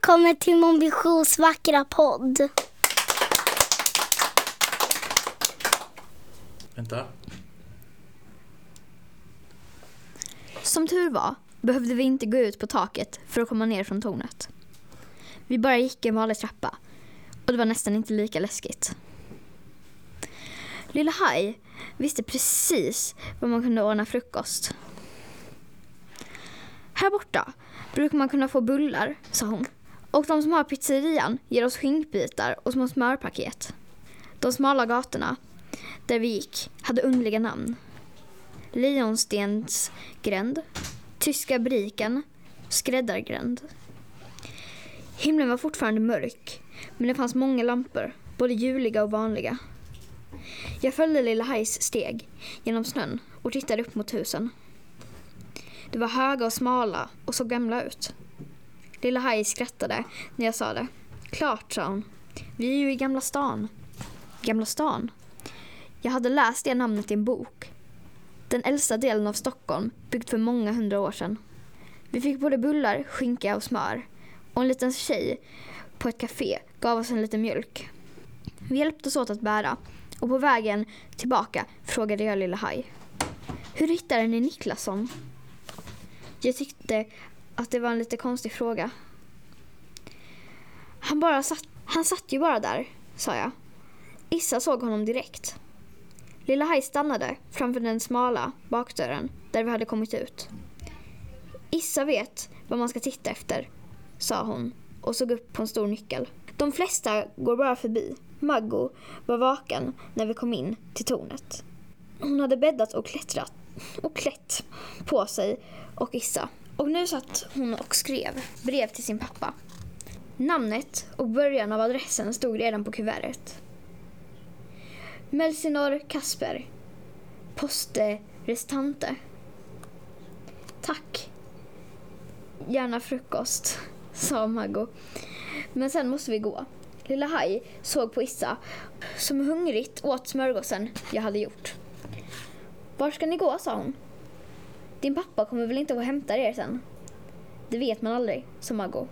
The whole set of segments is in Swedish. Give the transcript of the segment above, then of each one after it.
Välkommen till Mon Visions vackra podd. Vänta. Som tur var behövde vi inte gå ut på taket för att komma ner från tornet. Vi bara gick en vanlig trappa och det var nästan inte lika läskigt. Lilla Haj visste precis var man kunde ordna frukost. Här borta brukar man kunna få bullar, sa hon. Och de som har pizzerian ger oss skinkbitar och små smörpaket. De smala gatorna där vi gick hade underliga namn. Lejonstensgränd, Tyska briken, Skräddargränd. Himlen var fortfarande mörk, men det fanns många lampor, både juliga och vanliga. Jag följde Lilla Hajs steg genom snön och tittade upp mot husen. De var höga och smala och såg gamla ut. Lilla Haj skrattade när jag sa det. Klart, sa hon. Vi är ju i Gamla stan. Gamla stan? Jag hade läst det namnet i en bok. Den äldsta delen av Stockholm, byggd för många 100 år sedan. Vi fick både bullar, skinka och smör. Och en liten tjej på ett café gav oss en liten mjölk. Vi hjälptes åt att bära. Och på vägen tillbaka frågade jag Lilla Haj. Hur hittade ni Niklasson? Jag tyckte att det var en lite konstig fråga. Han satt ju bara där, sa jag. Issa såg honom direkt. Lilla Haj stannade framför den smala bakdörren där vi hade kommit ut. Issa vet vad man ska titta efter, sa hon och såg upp på en stor nyckel. De flesta går bara förbi. Maggo var vaken när vi kom in till tornet. Hon hade bäddat och klätt på sig och Issa. Och nu satt hon och skrev brev till sin pappa. Namnet och början av adressen stod redan på kuvertet. Melsinor Kasper, poste restante. Tack. Gärna frukost, sa Maggo. Men sen måste vi gå. Lilla Haj såg på Issa som hungrigt åt smörgåsen jag hade gjort. Var ska ni gå, sa hon. Din pappa kommer väl inte att hämta er sen? Det vet man aldrig, sa Maggo.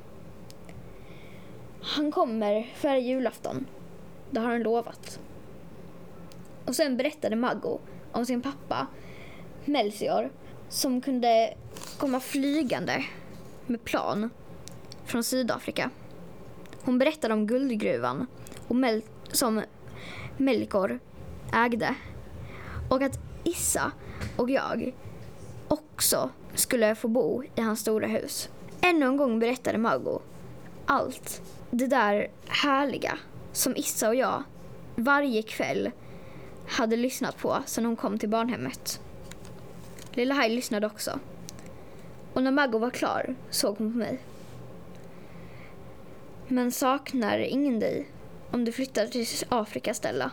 Han kommer före julafton. Det har han lovat. Och sen berättade Maggo om sin pappa, Melchior, som kunde komma flygande med plan från Sydafrika. Hon berättade om guldgruvan och som Melchior ägde. Och att Issa och jag också skulle få bo i hans stora hus. Ännu en gång berättade Maggo allt det där härliga som Issa och jag varje kväll hade lyssnat på sedan hon kom till barnhemmet. Lilla Haj lyssnade också. Och när Maggo var klar såg hon på mig. Men saknar ingen dig om du flyttar till Afrika, Stella?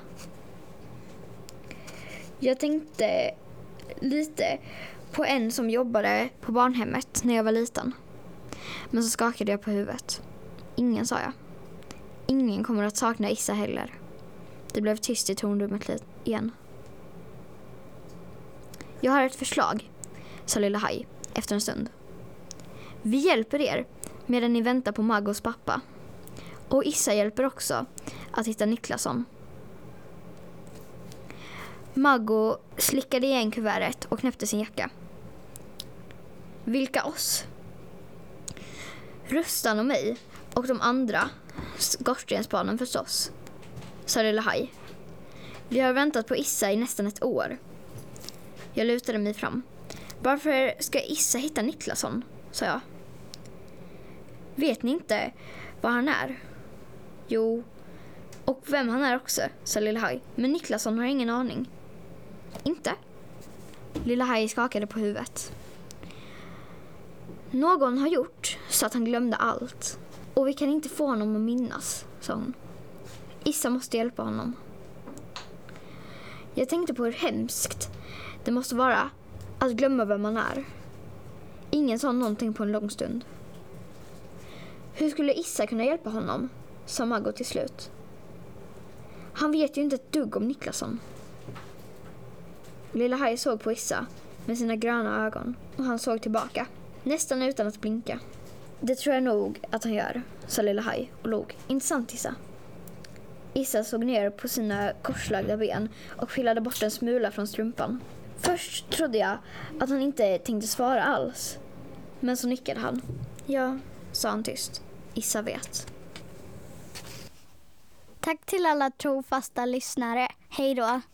Jag tänkte lite på en som jobbade på barnhemmet när jag var liten. Men så skakade jag på huvudet. Ingen, sa jag. Ingen kommer att sakna Issa heller. Det blev tyst i tornrummet igen. Jag har ett förslag, sa Lilla Haj efter en stund. Vi hjälper er medan ni väntar på Maggos pappa. Och Issa hjälper också att hitta Niklasson. Maggo slickade igen kuvertet och knäppte sin jacka. Vilka oss? Rustan och mig och de andra skorstensbarnen förstås, sa Lilla Haj. Vi har väntat på Issa i nästan ett år. Jag lutade mig fram. Varför ska Issa hitta Niklasson, sa jag. Vet ni inte vad han är? Jo, och vem han är också, sa Lilla Haj. Men Niklasson har ingen aning. Inte? Lilla Haj skakade på huvudet. Någon har gjort så att han glömde allt. Och vi kan inte få honom att minnas, sa hon. Issa måste hjälpa honom. Jag tänkte på hur hemskt det måste vara att glömma vem man är. Ingen sa någonting på en lång stund. Hur skulle Issa kunna hjälpa honom, sa Maggo till slut. Han vet ju inte ett dugg om Niklasson. Lilla Haj såg på Issa med sina gröna ögon och han såg tillbaka, nästan utan att blinka. Det tror jag nog att han gör, sa Lilla Haj och log. Intressant, Issa. Issa såg ner på sina korslagda ben och pillade bort en smula från strumpan. Först trodde jag att han inte tänkte svara alls. Men så nickade han. Ja, sa han tyst. Issa vet. Tack till alla trofasta lyssnare. Hej då!